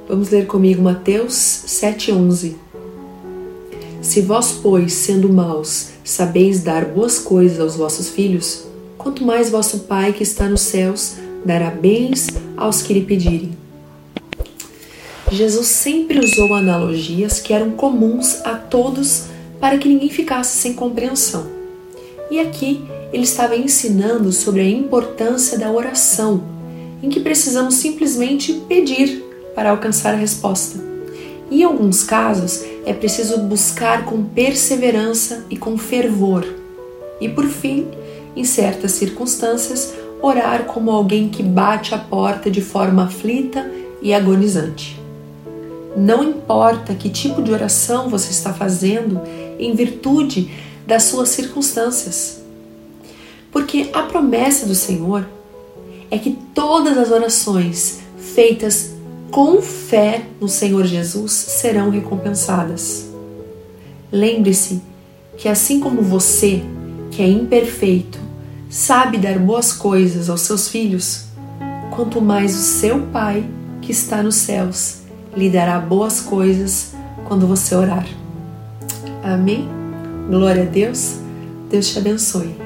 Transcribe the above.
Vamos ler comigo Mateus 7,11. Se vós, pois, sendo maus, sabeis dar boas coisas aos vossos filhos, quanto mais vosso Pai que está nos céus dará bens aos que lhe pedirem. Jesus sempre usou analogias que eram comuns a todos para que ninguém ficasse sem compreensão. E aqui ele estava ensinando sobre a importância da oração, em que precisamos simplesmente pedir para alcançar a resposta. Em alguns casos, é preciso buscar com perseverança e com fervor. E por fim, em certas circunstâncias, orar como alguém que bate a porta de forma aflita e agonizante. Não importa que tipo de oração você está fazendo em virtude das suas circunstâncias. Porque a promessa do Senhor é que todas as orações feitas com fé no Senhor Jesus serão recompensadas. Lembre-se que assim como você, que é imperfeito, sabe dar boas coisas aos seus filhos, quanto mais o seu Pai, que está nos céus, lhe dará boas coisas quando você orar. Amém? Glória a Deus. Deus te abençoe.